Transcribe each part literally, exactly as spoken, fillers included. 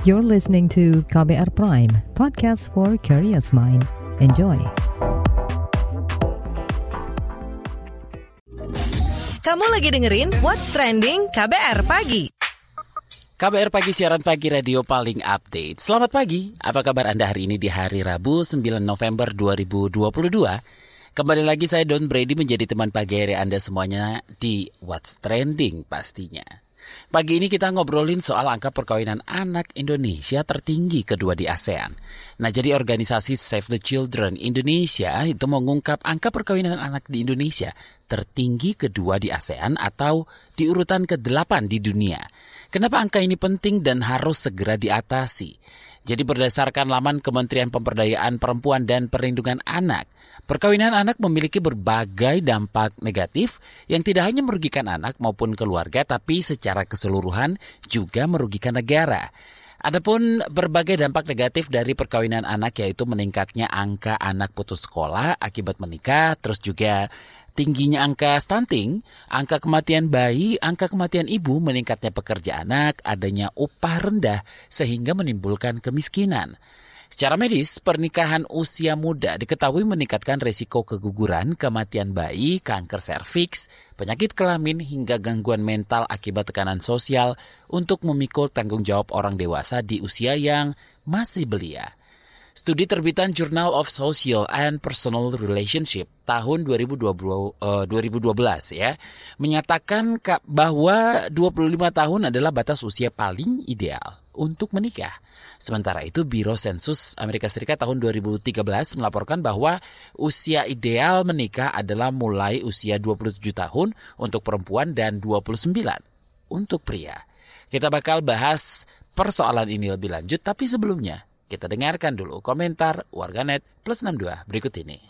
You're listening to K B R Prime, podcast for curious mind. Enjoy. Kamu lagi dengerin What's Trending K B R Pagi. K B R Pagi, siaran pagi radio paling update. Selamat pagi, apa kabar Anda hari ini di hari Rabu sembilan November dua ribu dua puluh dua? Kembali lagi saya Don Brady menjadi teman pagi hari Anda semuanya di What's Trending pastinya. Pagi ini kita ngobrolin soal angka perkawinan anak Indonesia tertinggi kedua di ASEAN. Nah, jadi organisasi Save the Children Indonesia itu mengungkap angka perkawinan anak di Indonesia tertinggi kedua di ASEAN atau di urutan kedelapan di dunia. Kenapa angka ini penting dan harus segera diatasi? Jadi berdasarkan laman Kementerian Pemberdayaan Perempuan dan Perlindungan Anak, perkawinan anak memiliki berbagai dampak negatif yang tidak hanya merugikan anak maupun keluarga, tapi secara keseluruhan juga merugikan negara. Adapun berbagai dampak negatif dari perkawinan anak yaitu meningkatnya angka anak putus sekolah akibat menikah, terus juga tingginya angka stunting, angka kematian bayi, angka kematian ibu, meningkatnya pekerja anak, adanya upah rendah sehingga menimbulkan kemiskinan. Secara medis, pernikahan usia muda diketahui meningkatkan risiko keguguran, kematian bayi, kanker serviks, penyakit kelamin hingga gangguan mental akibat tekanan sosial untuk memikul tanggung jawab orang dewasa di usia yang masih belia. Studi terbitan Journal of Social and Personal Relationship tahun dua ribu dua puluh, uh, dua ribu dua belas ya menyatakan bahwa dua puluh lima tahun adalah batas usia paling ideal untuk menikah. Sementara itu Biro Sensus Amerika Serikat tahun dua ribu tiga belas melaporkan bahwa usia ideal menikah adalah mulai usia dua puluh tujuh tahun untuk perempuan dan dua puluh sembilan untuk pria. Kita bakal bahas persoalan ini lebih lanjut, tapi sebelumnya kita dengarkan dulu komentar warganet plus enam dua berikut ini.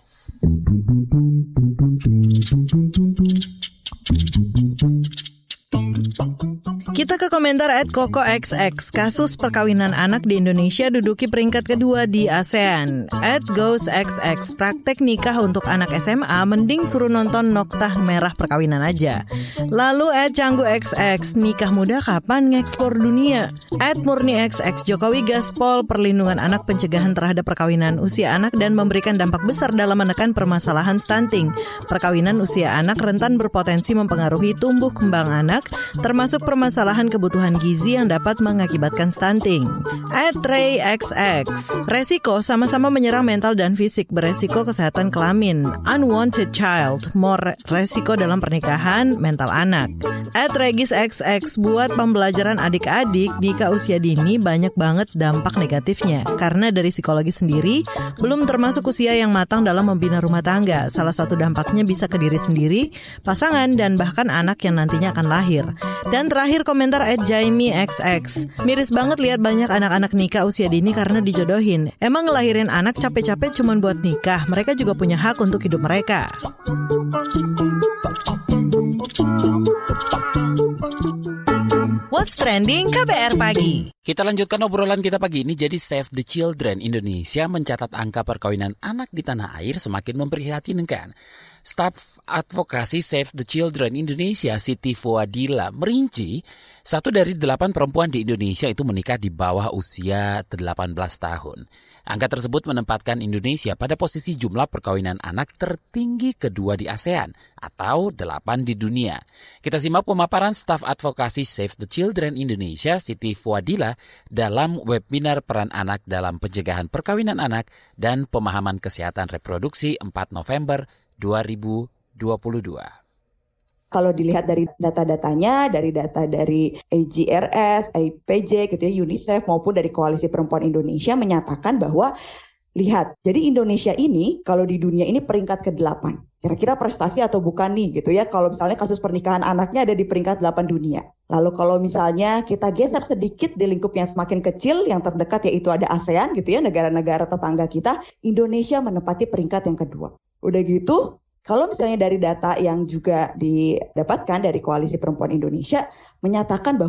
Kita ke komentar at Koko X X. Kasus perkawinan anak di Indonesia duduki peringkat kedua di ASEAN. At Goes X X. Praktek nikah untuk anak S M A mending suruh nonton Noktah Merah Perkawinan aja. Lalu at Canggu X X. Nikah muda kapan ngeksplor dunia? At Murni X X. Jokowi gaspol perlindungan anak, pencegahan terhadap perkawinan usia anak dan memberikan dampak besar dalam menekan permasalahan stunting. Perkawinan usia anak rentan berpotensi mempengaruhi tumbuh kembang anak, termasuk permasalahan kebutuhan gizi yang dapat mengakibatkan stunting. At Ray X X. Resiko sama-sama menyerang mental dan fisik, beresiko kesehatan kelamin. Unwanted child, more resiko dalam pernikahan, mental anak. At Regis X X. Buat pembelajaran adik-adik nikah usia dini banyak banget dampak negatifnya. Karena dari psikologi sendiri, belum termasuk usia yang matang dalam membina rumah tangga. Salah satu dampaknya bisa ke diri sendiri, pasangan, dan bahkan anak yang nantinya akan lahir. Dan terakhir komentar at Jaime X X. Miris banget lihat banyak anak-anak nikah usia dini karena dijodohin. Emang ngelahirin anak capek-capek cuman buat nikah. Mereka juga punya hak untuk hidup mereka. What's Trending K B R Pagi. Kita lanjutkan obrolan kita pagi ini. Jadi Save the Children Indonesia mencatat angka perkawinan anak di tanah air semakin memprihatinkan. Staf advokasi Save the Children Indonesia, Siti Fuadila, merinci satu dari delapan perempuan di Indonesia itu menikah di bawah usia delapan belas tahun. Angka tersebut menempatkan Indonesia pada posisi jumlah perkawinan anak tertinggi kedua di ASEAN atau delapan di dunia. Kita simak pemaparan staf advokasi Save the Children Indonesia, Siti Fuadila, dalam webinar peran anak dalam pencegahan perkawinan anak dan pemahaman kesehatan reproduksi empat November dua ribu dua puluh dua. Kalau dilihat dari data-datanya, dari data dari A G R S, A P J, gitu ya, UNICEF maupun dari Koalisi Perempuan Indonesia menyatakan bahwa lihat, jadi Indonesia ini kalau di dunia ini peringkat kedelapan. Kira-kira prestasi atau bukan nih gitu ya, kalau misalnya kasus pernikahan anaknya ada di peringkat delapan dunia. Lalu kalau misalnya kita geser sedikit di lingkup yang semakin kecil, yang terdekat yaitu ada ASEAN gitu ya, negara-negara tetangga kita, Indonesia menempati peringkat yang kedua. Udah gitu, kalau misalnya dari data yang juga didapatkan dari Koalisi Perempuan Indonesia menyatakan bahwa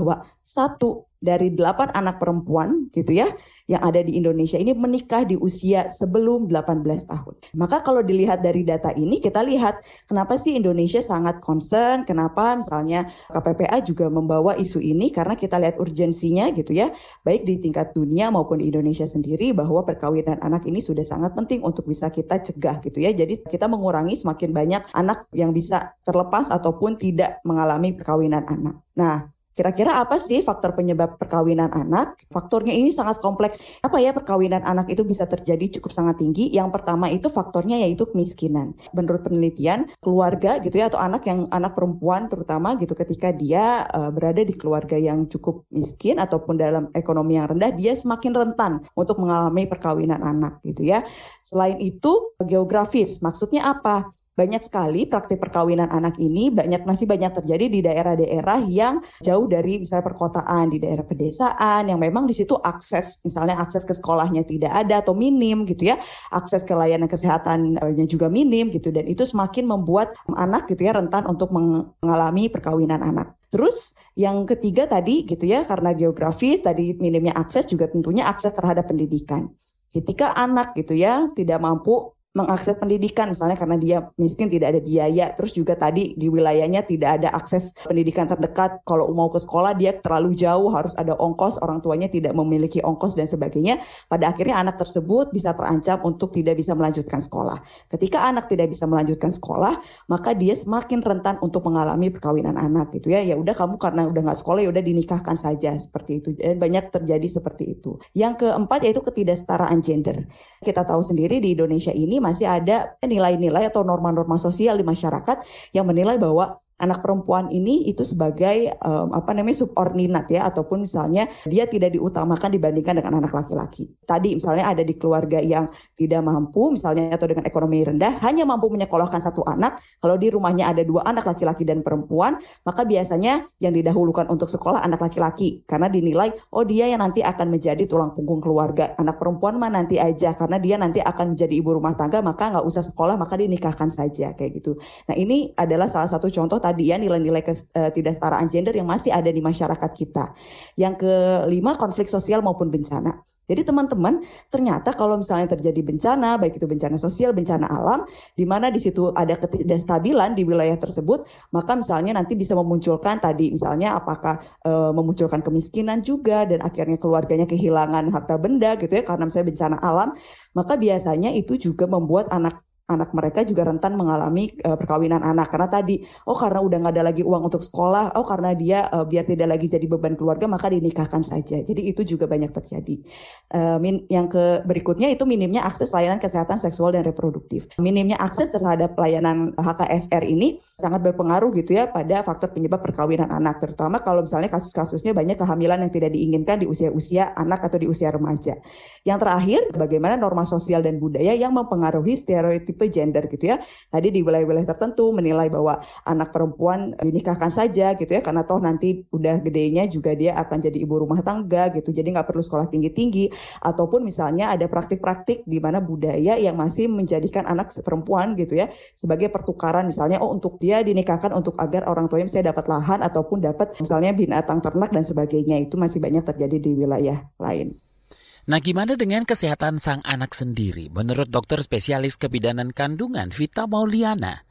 satu dari delapan anak perempuan gitu ya yang ada di Indonesia ini menikah di usia sebelum delapan belas tahun. Maka kalau dilihat dari data ini, kita lihat kenapa sih Indonesia sangat concern, kenapa misalnya K P P A juga membawa isu ini, karena kita lihat urgensinya gitu ya, baik di tingkat dunia maupun di Indonesia sendiri, bahwa perkawinan anak ini sudah sangat penting untuk bisa kita cegah gitu ya. Jadi kita mengurangi semakin banyak anak yang bisa terlepas ataupun tidak mengalami perkawinan anak. Nah, kira-kira apa sih faktor penyebab perkawinan anak? Faktornya ini sangat kompleks. Apa ya perkawinan anak itu bisa terjadi cukup sangat tinggi? Yang pertama itu faktornya yaitu kemiskinan. Menurut penelitian, keluarga gitu ya atau anak yang anak perempuan terutama gitu ketika dia uh, berada di keluarga yang cukup miskin ataupun dalam ekonomi yang rendah, dia semakin rentan untuk mengalami perkawinan anak gitu ya. Selain itu, geografis. Maksudnya apa? Banyak sekali praktik perkawinan anak ini banyak masih banyak terjadi di daerah-daerah yang jauh dari misalnya perkotaan, di daerah pedesaan yang memang di situ akses misalnya akses ke sekolahnya tidak ada atau minim gitu ya, akses ke layanan kesehatannya juga minim gitu, dan itu semakin membuat anak gitu ya rentan untuk mengalami perkawinan anak. Terus yang ketiga tadi gitu ya, karena geografis tadi minimnya akses juga tentunya akses terhadap pendidikan. Ketika anak gitu ya tidak mampu mengakses pendidikan misalnya karena dia miskin tidak ada biaya, terus juga tadi di wilayahnya tidak ada akses pendidikan terdekat, kalau mau ke sekolah dia terlalu jauh harus ada ongkos, orang tuanya tidak memiliki ongkos dan sebagainya, pada akhirnya anak tersebut bisa terancam untuk tidak bisa melanjutkan sekolah. Ketika anak tidak bisa melanjutkan sekolah, maka dia semakin rentan untuk mengalami perkawinan anak gitu ya. Ya udah kamu karena udah nggak sekolah ya udah dinikahkan saja seperti itu, dan banyak terjadi seperti itu. Yang keempat yaitu ketidaksetaraan gender. Kita tahu sendiri di Indonesia ini masih ada nilai-nilai atau norma-norma sosial di masyarakat yang menilai bahwa anak perempuan ini itu sebagai um, apa namanya subordinat ya, ataupun misalnya dia tidak diutamakan dibandingkan dengan anak laki-laki. Tadi misalnya ada di keluarga yang tidak mampu misalnya atau dengan ekonomi rendah hanya mampu menyekolahkan satu anak. Kalau di rumahnya ada dua anak laki-laki dan perempuan, maka biasanya yang didahulukan untuk sekolah anak laki-laki karena dinilai oh dia yang nanti akan menjadi tulang punggung keluarga. Anak perempuan mah nanti aja karena dia nanti akan menjadi ibu rumah tangga, maka nggak usah sekolah, maka dinikahkan saja kayak gitu. Nah ini adalah salah satu contoh tadi ya nilai-nilai ketidaksetaraan gender yang masih ada di masyarakat kita. Yang kelima, konflik sosial maupun bencana. Jadi teman-teman, ternyata kalau misalnya terjadi bencana, baik itu bencana sosial, bencana alam, di mana di situ ada ketidakstabilan di wilayah tersebut, maka misalnya nanti bisa memunculkan tadi misalnya apakah e, memunculkan kemiskinan juga dan akhirnya keluarganya kehilangan harta benda gitu ya karena misalnya bencana alam, maka biasanya itu juga membuat anak anak mereka juga rentan mengalami uh, perkawinan anak karena tadi oh karena udah nggak ada lagi uang untuk sekolah, oh karena dia uh, biar tidak lagi jadi beban keluarga maka dinikahkan saja. Jadi itu juga banyak terjadi. Uh, min- yang ke berikutnya itu minimnya akses layanan kesehatan seksual dan reproduktif. Minimnya akses terhadap layanan H K S R ini sangat berpengaruh gitu ya pada faktor penyebab perkawinan anak, terutama kalau misalnya kasus-kasusnya banyak kehamilan yang tidak diinginkan di usia-usia anak atau di usia remaja. Yang terakhir, bagaimana norma sosial dan budaya yang mempengaruhi stereotip gender gitu ya. Tadi di wilayah-wilayah tertentu menilai bahwa anak perempuan dinikahkan saja gitu ya karena toh nanti udah gedenya juga dia akan jadi ibu rumah tangga gitu. Jadi nggak perlu sekolah tinggi-tinggi, ataupun misalnya ada praktik-praktik di mana budaya yang masih menjadikan anak perempuan gitu ya sebagai pertukaran, misalnya oh untuk dia dinikahkan untuk agar orang tuanya bisa dapat lahan ataupun dapat misalnya binatang ternak dan sebagainya. Itu masih banyak terjadi di wilayah lain. Nah, gimana dengan kesehatan sang anak sendiri? Menurut dokter spesialis kebidanan kandungan Vita Mauliana,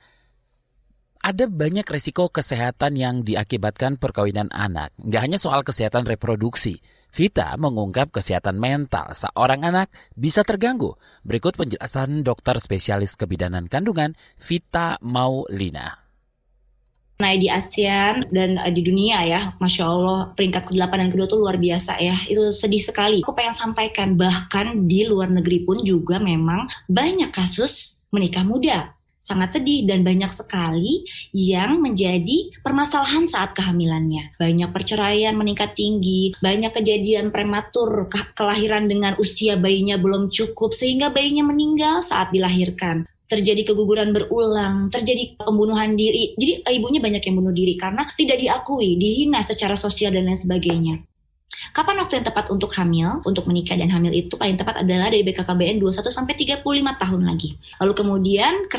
ada banyak resiko kesehatan yang diakibatkan perkawinan anak. Nggak hanya soal kesehatan reproduksi. Vita mengungkap kesehatan mental seorang anak bisa terganggu. Berikut penjelasan dokter spesialis kebidanan kandungan Vita Mauliana. Nah di ASEAN dan di dunia ya, Masya Allah peringkat kedelapan dan kedua tuh luar biasa ya, itu sedih sekali. Aku pengen sampaikan bahkan di luar negeri pun juga memang banyak kasus menikah muda. Sangat sedih dan banyak sekali yang menjadi permasalahan saat kehamilannya. Banyak perceraian meningkat tinggi, banyak kejadian prematur, ke- kelahiran dengan usia bayinya belum cukup sehingga bayinya meninggal saat dilahirkan. Terjadi keguguran berulang, terjadi pembunuhan diri. Jadi ibunya banyak yang bunuh diri karena tidak diakui, dihina secara sosial dan lain sebagainya. Kapan waktu yang tepat untuk hamil, untuk menikah dan hamil itu paling tepat adalah dari B K K B N dua puluh satu sampai tiga puluh lima tahun lagi. Lalu kemudian kenapa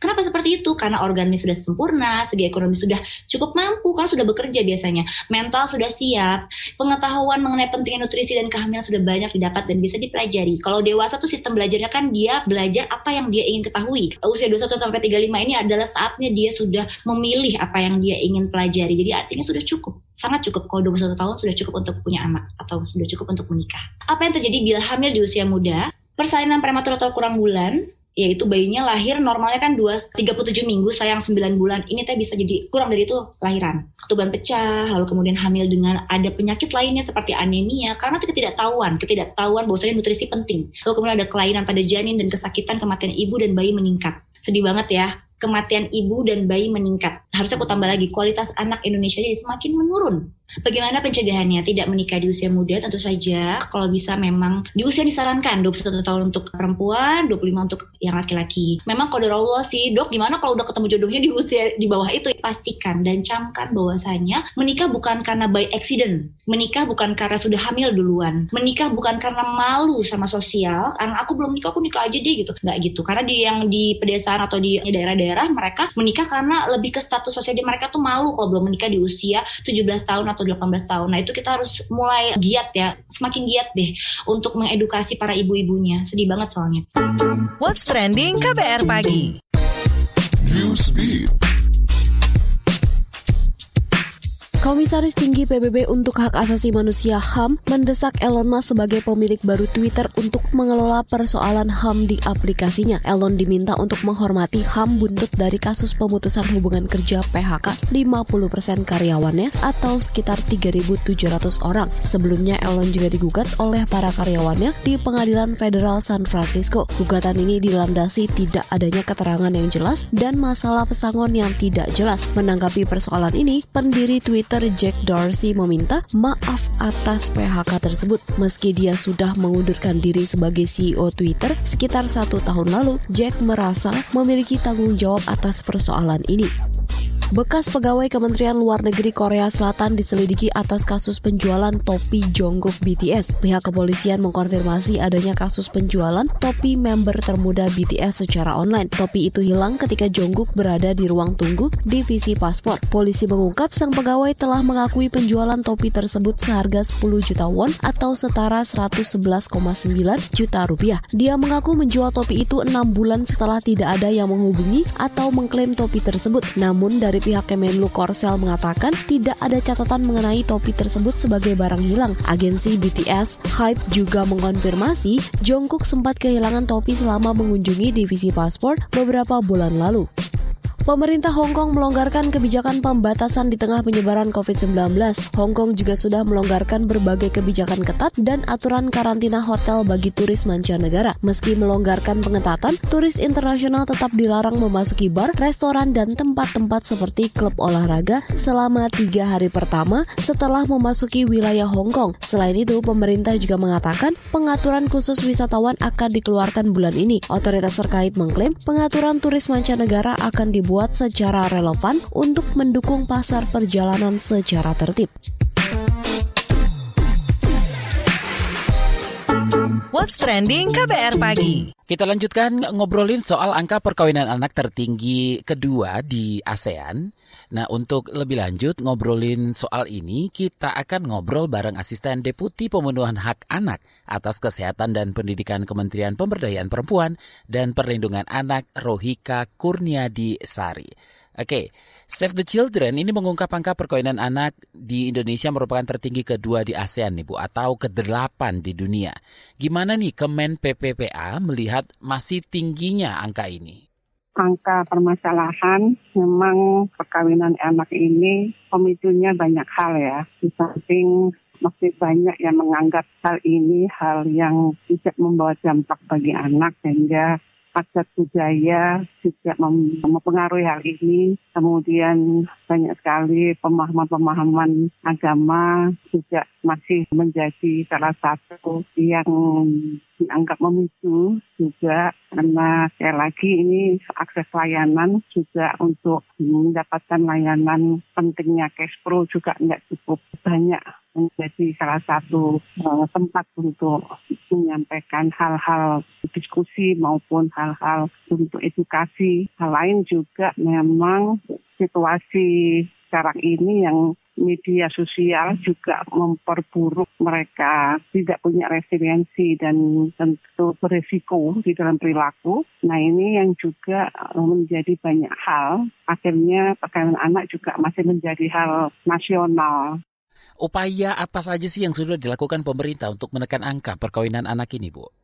Kenapa seperti itu? Karena organnya sudah sempurna, segi ekonomi sudah cukup mampu, karena sudah bekerja biasanya, mental sudah siap, pengetahuan mengenai pentingnya nutrisi dan kehamilan sudah banyak didapat dan bisa dipelajari. Kalau dewasa tuh sistem belajarnya kan dia belajar apa yang dia ingin ketahui. Usia dua puluh satu sampai tiga puluh lima ini adalah saatnya dia sudah memilih apa yang dia ingin pelajari. Jadi artinya sudah cukup. Sangat cukup, kalau dua puluh satu tahun sudah cukup untuk punya anak atau sudah cukup untuk menikah. Apa yang terjadi bila hamil di usia muda? Persalinan prematur atau kurang bulan, yaitu bayinya lahir normalnya kan tiga puluh tujuh minggu, sayang sembilan bulan, ini teh bisa jadi kurang dari itu lahiran. Ketuban pecah, lalu kemudian hamil dengan ada penyakit lainnya seperti anemia, karena ketidaktahuan, ketidaktahuan bahwasanya nutrisi penting. Lalu kemudian ada kelainan pada janin dan kesakitan, kematian ibu dan bayi meningkat. Sedih banget ya. Kematian ibu dan bayi meningkat. Harusnya aku tambah lagi, kualitas anak Indonesia jadi semakin menurun. Bagaimana pencegahannya? Tidak menikah di usia muda tentu saja. Kalau bisa memang di usia disarankan dua puluh satu tahun untuk perempuan, dua puluh lima untuk yang laki-laki. Memang qadar Allah sih, dok gimana kalau udah ketemu jodohnya di usia di bawah itu? Pastikan dan camkan bahwasanya menikah bukan karena by accident. Menikah bukan karena sudah hamil duluan. Menikah bukan karena malu sama sosial. Karena aku belum nikah, aku nikah aja deh gitu. Nggak gitu. Karena di yang di pedesaan atau di daerah-daerah mereka menikah karena lebih ke status sosial di mereka tuh malu kalau belum menikah di usia tujuh belas tahun atau delapan belas tahun. Nah itu kita harus mulai giat ya, semakin giat deh untuk mengedukasi para ibu-ibunya. Sedih banget soalnya. What's Trending K B R Pagi. Newsbeat. Komisaris Tinggi P B B untuk Hak Asasi Manusia H A M mendesak Elon Musk sebagai pemilik baru Twitter untuk mengelola persoalan H A M di aplikasinya. Elon diminta untuk menghormati H A M buntut dari kasus pemutusan hubungan kerja P H K lima puluh persen karyawannya atau sekitar tiga ribu tujuh ratus orang. Sebelumnya Elon juga digugat oleh para karyawannya di Pengadilan Federal San Francisco. Gugatan ini dilandasi tidak adanya keterangan yang jelas dan masalah pesangon yang tidak jelas. Menanggapi persoalan ini, pendiri Twitter Jack Dorsey meminta maaf atas P H K tersebut. Meski dia sudah mengundurkan diri sebagai C E O Twitter sekitar satu tahun lalu, Jack merasa memiliki tanggung jawab atas persoalan ini. Bekas pegawai Kementerian Luar Negeri Korea Selatan diselidiki atas kasus penjualan topi Jungkook B T S. Pihak kepolisian mengkonfirmasi adanya kasus penjualan topi member termuda B T S secara online. Topi itu hilang ketika Jungkook berada di ruang tunggu divisi paspor. Polisi mengungkap sang pegawai telah mengakui penjualan topi tersebut seharga sepuluh juta won atau setara seratus sebelas koma sembilan juta rupiah. Dia mengaku menjual topi itu enam bulan setelah tidak ada yang menghubungi atau mengklaim topi tersebut. Namun dari pihak Kemenlu Korsel mengatakan tidak ada catatan mengenai topi tersebut sebagai barang hilang. Agensi B T S Hype juga mengkonfirmasi Jungkook sempat kehilangan topi selama mengunjungi divisi paspor beberapa bulan lalu. Pemerintah Hong Kong melonggarkan kebijakan pembatasan di tengah penyebaran covid sembilan belas. Hong Kong juga sudah melonggarkan berbagai kebijakan ketat dan aturan karantina hotel bagi turis mancanegara. Meski melonggarkan pengetatan, turis internasional tetap dilarang memasuki bar, restoran, dan tempat-tempat seperti klub olahraga selama tiga hari pertama setelah memasuki wilayah Hong Kong. Selain itu, pemerintah juga mengatakan pengaturan khusus wisatawan akan dikeluarkan bulan ini. Otoritas terkait mengklaim pengaturan turis mancanegara akan dibuat buat secara relevan untuk mendukung pasar perjalanan secara tertib. What's Trending K B R Pagi. Kita lanjutkan ngobrolin soal angka perkawinan anak tertinggi kedua di ASEAN. Nah, untuk lebih lanjut ngobrolin soal ini, kita akan ngobrol bareng Asisten Deputi Pemenuhan Hak Anak atas Kesehatan dan Pendidikan Kementerian Pemberdayaan Perempuan dan Perlindungan Anak, Rohika Kurniadi Sari. Oke, Save the Children ini mengungkap angka perkawinan anak di Indonesia merupakan tertinggi kedua di ASEAN nih Bu, atau kedelapan di dunia. Gimana nih Kemen P P P A melihat masih tingginya angka ini? Angka permasalahan memang perkawinan anak ini pemicunya banyak hal ya. Di samping masih banyak yang menganggap hal ini hal yang tidak membawa dampak bagi anak sehingga adat budaya juga mempengaruhi hal ini. Kemudian banyak sekali pemahaman-pemahaman agama juga masih menjadi salah satu yang dianggap memicu juga karena sekali lagi ini akses layanan juga untuk mendapatkan layanan pentingnya cash flow juga tidak cukup banyak menjadi salah satu uh, tempat untuk menyampaikan hal-hal diskusi maupun hal-hal untuk edukasi. Hal lain juga memang situasi sekarang ini yang media sosial juga memperburuk mereka, tidak punya resiliensi dan tentu beresiko di dalam perilaku. Nah ini yang juga menjadi banyak hal, akhirnya perkawinan anak juga masih menjadi hal nasional. Upaya apa saja sih yang sudah dilakukan pemerintah untuk menekan angka perkawinan anak ini, Bu?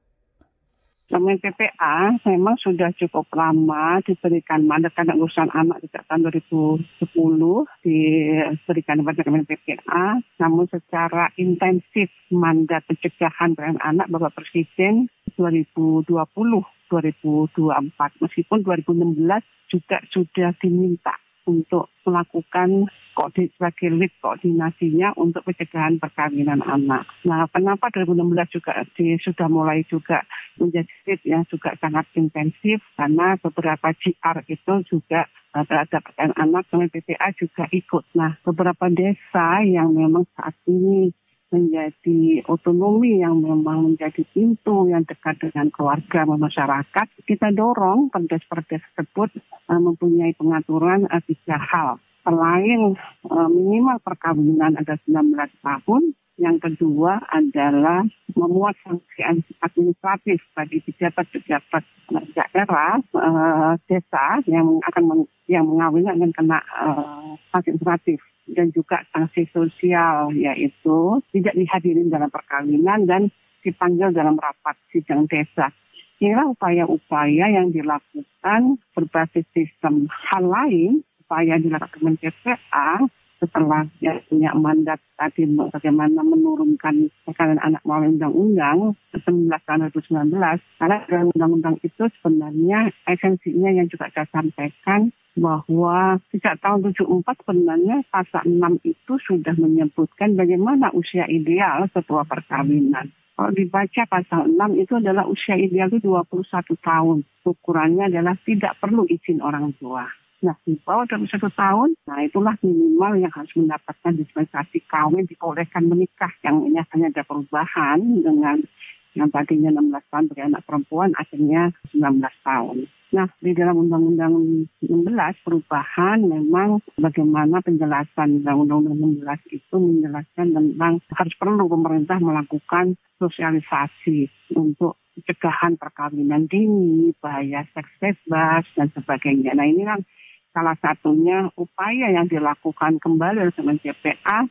Kemen P P A memang sudah cukup lama diberikan mandat karena urusan anak sejak tahun dua ribu sepuluh diberikan kepada Kemen P P A, namun secara intensif mandat pencegahan perkawinan anak Bapak Presiden dua ribu dua puluh sampai dua ribu dua puluh empat, meskipun dua ribu enam belas juga sudah diminta untuk melakukan koordinasi sebagai lead koordinasinya untuk pencegahan perkawinan anak. Nah, kenapa dua ribu enam belas juga di, sudah mulai juga menjadi lead yang juga sangat intensif karena beberapa G R itu juga uh, terhadap perkawinan anak, Kemen P P A juga ikut. Nah, beberapa desa yang memang saat ini menjadi otonomi yang memang menjadi pintu yang dekat dengan keluarga dan masyarakat, kita dorong perdes-perdes tersebut uh, mempunyai pengaturan uh, tiga hal. Selain uh, minimal perkawinan ada sembilan belas tahun, yang kedua adalah memuat sanksi administratif bagi pejabat-pejabat daerah uh, desa yang akan meng- yang mengawinkan akan kena uh, sanksi administratif. Dan juga sanksi sosial, yaitu tidak dihadirin dalam perkawinan dan dipanggil dalam rapat sidang desa. Inilah upaya-upaya yang dilakukan berbasis sistem. Hal lain, upaya yang dilakukan P P A setelah ya, punya mandat tadi bagaimana menurunkan perkawinan anak melalui undang-undang sembilan belas tahun dua ribu sembilan belas. Karena dalam undang-undang itu sebenarnya esensinya yang juga saya sampaikan bahwa sejak tahun tujuh puluh empat sebenarnya pasal enam itu sudah menyebutkan bagaimana usia ideal setelah perkawinan. Kalau dibaca pasal enam itu adalah usia ideal itu dua puluh satu tahun. Ukurannya adalah tidak perlu izin orang tua. Nah, di bawah dua puluh satu tahun, nah itulah minimal yang harus mendapatkan dispensasi kawin, dibolehkan menikah. Yang ini hanya ada perubahan dengan yang tadinya enam belas tahun bagi anak perempuan, akhirnya sembilan belas tahun. Nah, di dalam Undang-Undang enam belas perubahan memang bagaimana penjelasan Undang-Undang enam belas itu menjelaskan tentang harus perlu pemerintah melakukan sosialisasi untuk pencegahan perkawinan dini, bahaya seks bebas, dan sebagainya. Nah, ini kan salah satunya upaya yang dilakukan kembali oleh Kemen P P A.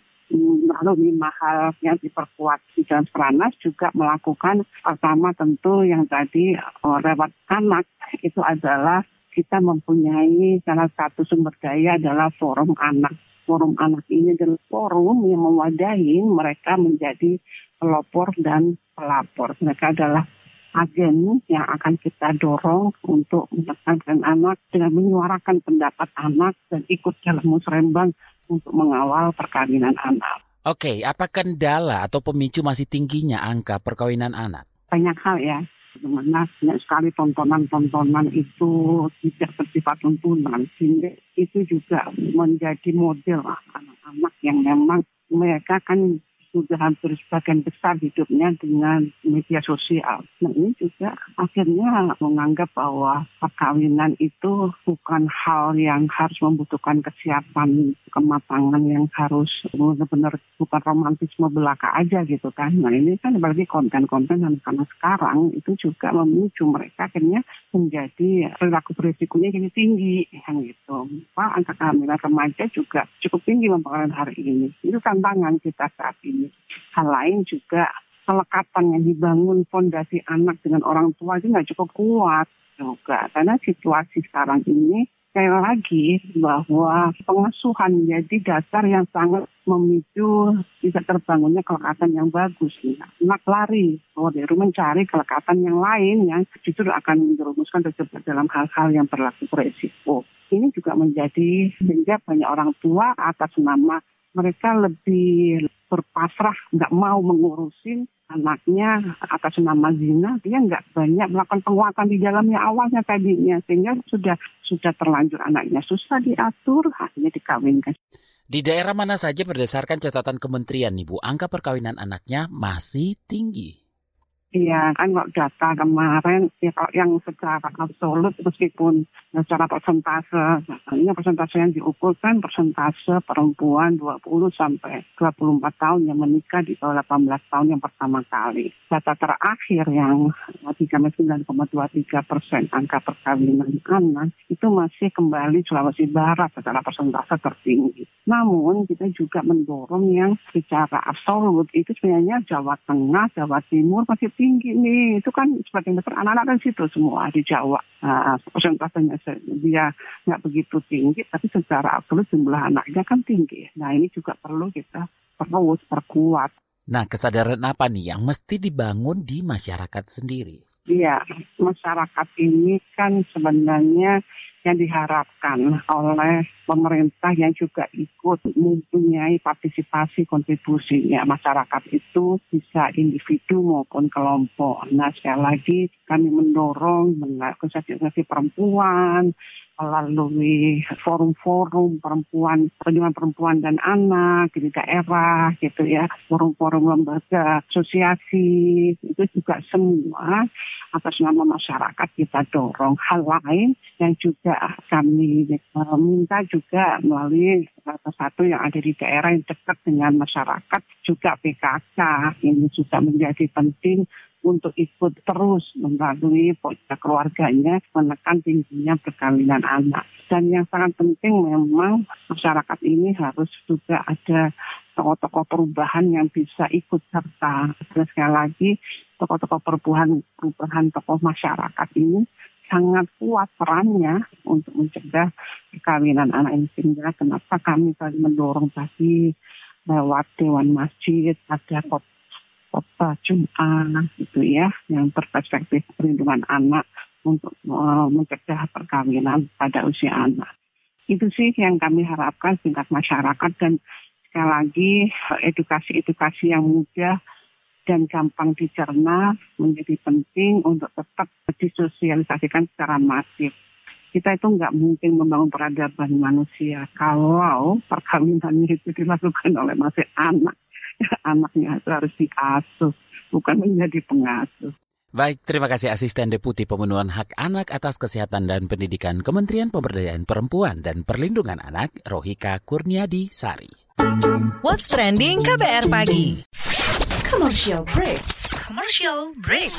Lalu lima hal yang diperkuat di dalam Stranas juga melakukan pertama tentu yang tadi oh, lewat anak itu adalah kita mempunyai salah satu sumber daya adalah forum anak. Forum anak ini adalah forum yang mewadahi mereka menjadi pelopor dan pelapor. Mereka adalah agen yang akan kita dorong untuk menekankan anak dengan menyuarakan pendapat anak dan ikut dalam musrembang untuk mengawal perkawinan anak. Oke, apa kendala atau pemicu masih tingginya angka perkawinan anak? Banyak hal ya. Bagaimana banyak sekali tontonan-tontonan itu tidak bersifat tuntunan. Sehingga itu juga menjadi model anak-anak yang memang mereka kan sudah hampir sebagian besar hidupnya dengan media sosial. Nah ini juga akhirnya menganggap bahwa perkawinan itu bukan hal yang harus membutuhkan kesiapan, kematangan yang harus benar-benar bukan romantisme belaka aja gitu kan. Nah ini kan berarti konten-konten anak-anak sekarang itu juga memicu mereka akhirnya menjadi perilaku berisikonya jadi tinggi yang gitu. Pak, angka kehamilan remaja juga cukup tinggi mempengaruhi hari ini. Itu tantangan kita saat ini. Hal lain juga kelekatan yang dibangun fondasi anak dengan orang tua itu nggak cukup kuat juga. Karena situasi sekarang ini sekali lagi bahwa pengasuhan menjadi dasar yang sangat memicu bisa terbangunnya kelekatan yang bagus. Anak lari keluar dari rumah mencari kelekatan yang lain yang justru akan menjerumuskan terjebak dalam hal-hal yang berlaku beresiko. Ini juga menjadi sehingga banyak orang tua atas nama mereka lebih berpasrah, nggak mau mengurusin anaknya atas nama zina, dia nggak banyak melakukan penguatan di dalamnya awalnya tadinya, sehingga sudah sudah terlanjur anaknya susah diatur, akhirnya dikawinkan. Di daerah mana saja berdasarkan catatan kementerian nih Bu, angka perkawinan anaknya masih tinggi? Iya, kan kalau data kemarin, ya kalau yang secara absolut meskipun secara persentase, ini persentase yang diukur kan persentase perempuan dua puluh sampai dua puluh empat tahun yang menikah di bawah delapan belas tahun yang pertama kali. Data terakhir yang tiga puluh sembilan koma dua tiga persen angka perkawinan anak itu masih kembali Sulawesi Barat secara persentase tertinggi. Namun kita juga mendorong yang secara absolut itu sebenarnya Jawa Tengah, Jawa Timur masih tinggi nih. Itu kan sebagian besar anak-anak kan situ semua di Jawa. Nah, persentasenya dia nggak begitu tinggi, tapi secara absolut jumlah anaknya kan tinggi. Nah, ini juga perlu kita terus perkuat. Nah, kesadaran apa nih yang mesti dibangun di masyarakat sendiri? Iya, masyarakat ini kan sebenarnya yang diharapkan oleh pemerintah yang juga ikut mempunyai partisipasi kontribusinya. Masyarakat itu bisa individu maupun kelompok. Nah, sekali lagi kami mendorong organisasi perempuan, melalui forum-forum perempuan, perlindungan perempuan dan anak di daerah gitu ya, forum-forum lembaga asosiasi, itu juga semua atas nama masyarakat kita dorong. Hal lain yang juga kami uh, minta juga melalui salah satu yang ada di daerah yang dekat dengan masyarakat, juga P K K ini juga menjadi penting untuk ikut terus melalui pojok keluarganya menekan tingginya perkawinan anak. Dan yang sangat penting memang masyarakat ini harus juga ada tokoh-tokoh perubahan yang bisa ikut serta. Dan sekali lagi tokoh-tokoh perubahan, perubahan tokoh masyarakat ini sangat kuat perannya untuk mencegah perkawinan anak ini. Sehingga kenapa kami tadi mendorong tadi lewat Dewan Masjid, ada khotbah Jumat gitu ya, yang berperspektif perlindungan anak untuk uh, mencegah perkawinan pada usia anak. Itu sih yang kami harapkan tingkat masyarakat, dan sekali lagi edukasi-edukasi yang mudah dan gampang dicerna menjadi penting untuk tetap disosialisasikan secara masif. Kita itu nggak mungkin membangun peradaban manusia kalau perkawinannya itu dilakukan oleh masih anak. Anaknya itu harus diasuh, bukan menjadi pengasuh. Baik, terima kasih Asisten Deputi Pemenuhan Hak Anak atas Kesehatan dan Pendidikan Kementerian Pemberdayaan Perempuan dan Perlindungan Anak, Rohika Kurniadi Sari. What's Trending K B R Pagi. Commercial break. Commercial break.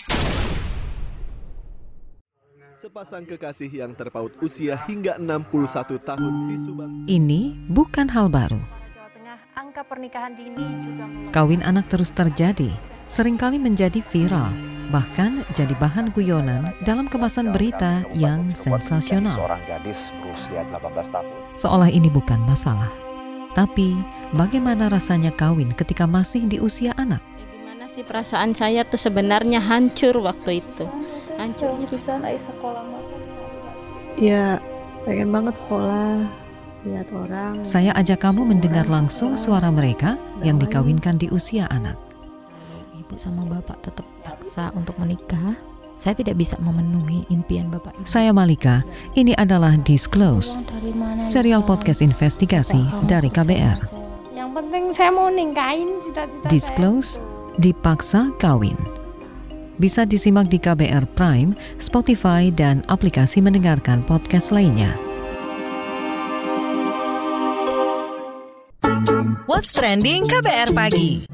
Sepasang kekasih yang terpaut usia hingga enam puluh satu tahun di Subang. Ini bukan hal baru. Angka pernikahan dini juga kawin anak terus terjadi, seringkali menjadi viral, bahkan jadi bahan guyonan dalam kemasan berita yang sensasional. Seorang gadis berusia delapan belas tahun. Seolah ini bukan masalah. Tapi, bagaimana rasanya kawin ketika masih di usia anak? Gimana sih perasaan saya tuh sebenarnya hancur waktu itu. Hancur bisa naik sekolah. Ya, pengen banget sekolah. Lihat orang. Saya ajak kamu mendengar langsung suara mereka yang dikawinkan di usia anak. Ibu sama bapak tetap paksa untuk menikah. Saya tidak bisa memenuhi impian bapak ibu. Saya Malika, ini adalah Disclose, serial podcast investigasi dari K B R. Yang penting saya mau nikahin cita-cita saya. Disclose, dipaksa kawin. Bisa disimak di K B R Prime, Spotify, dan aplikasi mendengarkan podcast lainnya. What's Trending K B R Pagi.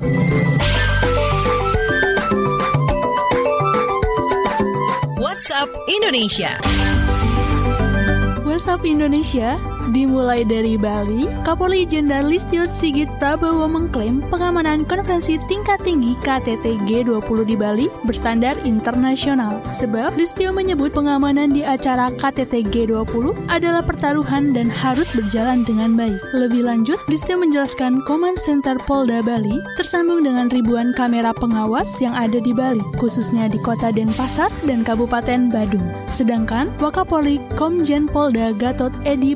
WhatsApp Indonesia. WhatsApp Indonesia dimulai dari Bali. Kapolri Jenderal Listio Sigit Prabowo mengklaim pengamanan konferensi tingkat tinggi K T T G dua puluh di Bali berstandar internasional. Sebab Listio menyebut pengamanan di acara K T T G dua puluh adalah pertaruhan dan harus berjalan dengan baik. Lebih lanjut, Listio menjelaskan Command Center Polda Bali tersambung dengan ribuan kamera pengawas yang ada di Bali, khususnya di Kota Denpasar dan Kabupaten Badung. Sedangkan Wakapolri Komjen Polda Gatot Edi Pram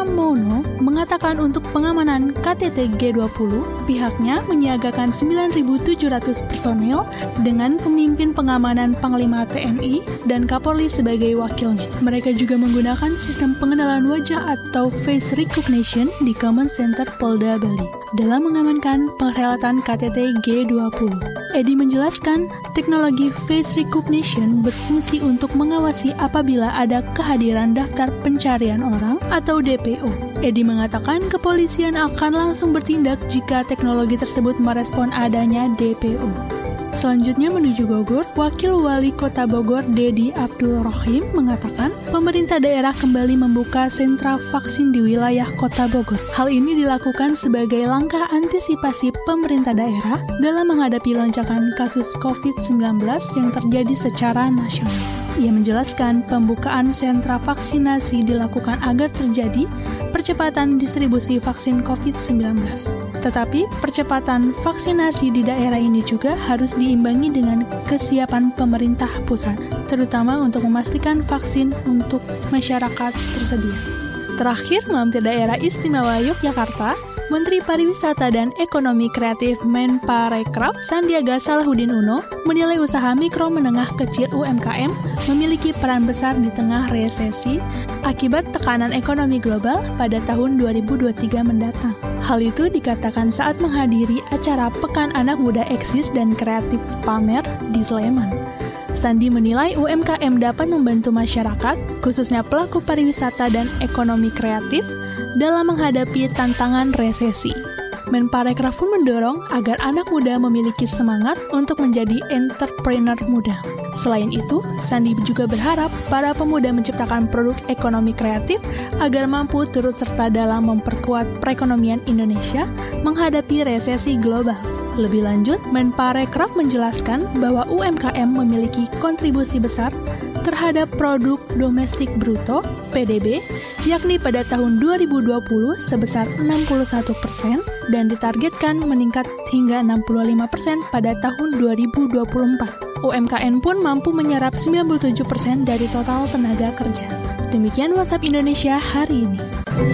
Pramono mengatakan untuk pengamanan K T T G dua puluh, pihaknya menyiagakan sembilan ribu tujuh ratus personel dengan pemimpin pengamanan Panglima T N I dan Kapolri sebagai wakilnya. Mereka juga menggunakan sistem pengenalan wajah atau face recognition di Command Center Polda Bali dalam mengamankan perhelatan K T T G dua puluh. Edi menjelaskan, teknologi face recognition berfungsi untuk mengawasi apabila ada kehadiran daftar pencarian orang atau D P O. Edi mengatakan kepolisian akan langsung bertindak jika teknologi tersebut merespon adanya D P O. Selanjutnya menuju Bogor, Wakil Wali Kota Bogor Dedi Abdul Rohim mengatakan pemerintah daerah kembali membuka sentra vaksin di wilayah Kota Bogor. Hal ini dilakukan sebagai langkah antisipasi pemerintah daerah dalam menghadapi lonjakan kasus covid sembilan belas yang terjadi secara nasional. Ia menjelaskan pembukaan sentra vaksinasi dilakukan agar terjadi percepatan distribusi vaksin covid sembilan belas. Tetapi percepatan vaksinasi di daerah ini juga harus diimbangi dengan kesiapan pemerintah pusat, terutama untuk memastikan vaksin untuk masyarakat tersedia. Terakhir, mampir daerah istimewa Yogyakarta, Menteri Pariwisata dan Ekonomi Kreatif Menparekraf Sandiaga Salahuddin Uno menilai usaha mikro menengah kecil U M K M memiliki peran besar di tengah resesi akibat tekanan ekonomi global pada tahun dua ribu dua puluh tiga mendatang. Hal itu dikatakan saat menghadiri acara Pekan Anak Muda Eksis dan Kreatif Pamer di Sleman. Sandi menilai U M K M dapat membantu masyarakat, khususnya pelaku pariwisata dan ekonomi kreatif, dalam menghadapi tantangan resesi. Menparekraf pun mendorong agar anak muda memiliki semangat untuk menjadi entrepreneur muda. Selain itu, Sandi juga berharap para pemuda menciptakan produk ekonomi kreatif agar mampu turut serta dalam memperkuat perekonomian Indonesia menghadapi resesi global. Lebih lanjut, Menparekraf menjelaskan bahwa U M K M memiliki kontribusi besar terhadap produk domestik bruto P D B, yakni pada tahun dua ribu dua puluh sebesar enam puluh satu persen dan ditargetkan meningkat hingga enam puluh lima persen pada tahun dua ribu dua puluh empat. U M K M pun mampu menyerap sembilan puluh tujuh persen dari total tenaga kerja. Demikian WhatsApp Indonesia hari ini.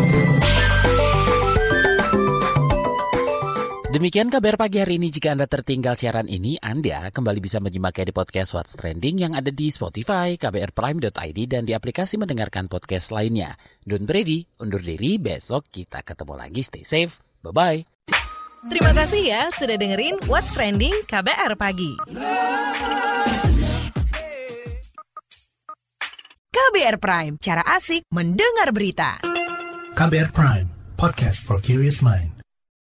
Demikian kabar pagi hari ini. Jika Anda tertinggal siaran ini, Anda kembali bisa menyimaknya di podcast What's Trending yang ada di Spotify, k b r prime dot i d, dan di aplikasi mendengarkan podcast lainnya. Don't Brady, undur diri, besok kita ketemu lagi. Stay safe, bye-bye. Terima kasih ya sudah dengerin What's Trending K B R Pagi. K B R Prime, cara asik mendengar berita. K B R Prime, podcast for curious mind.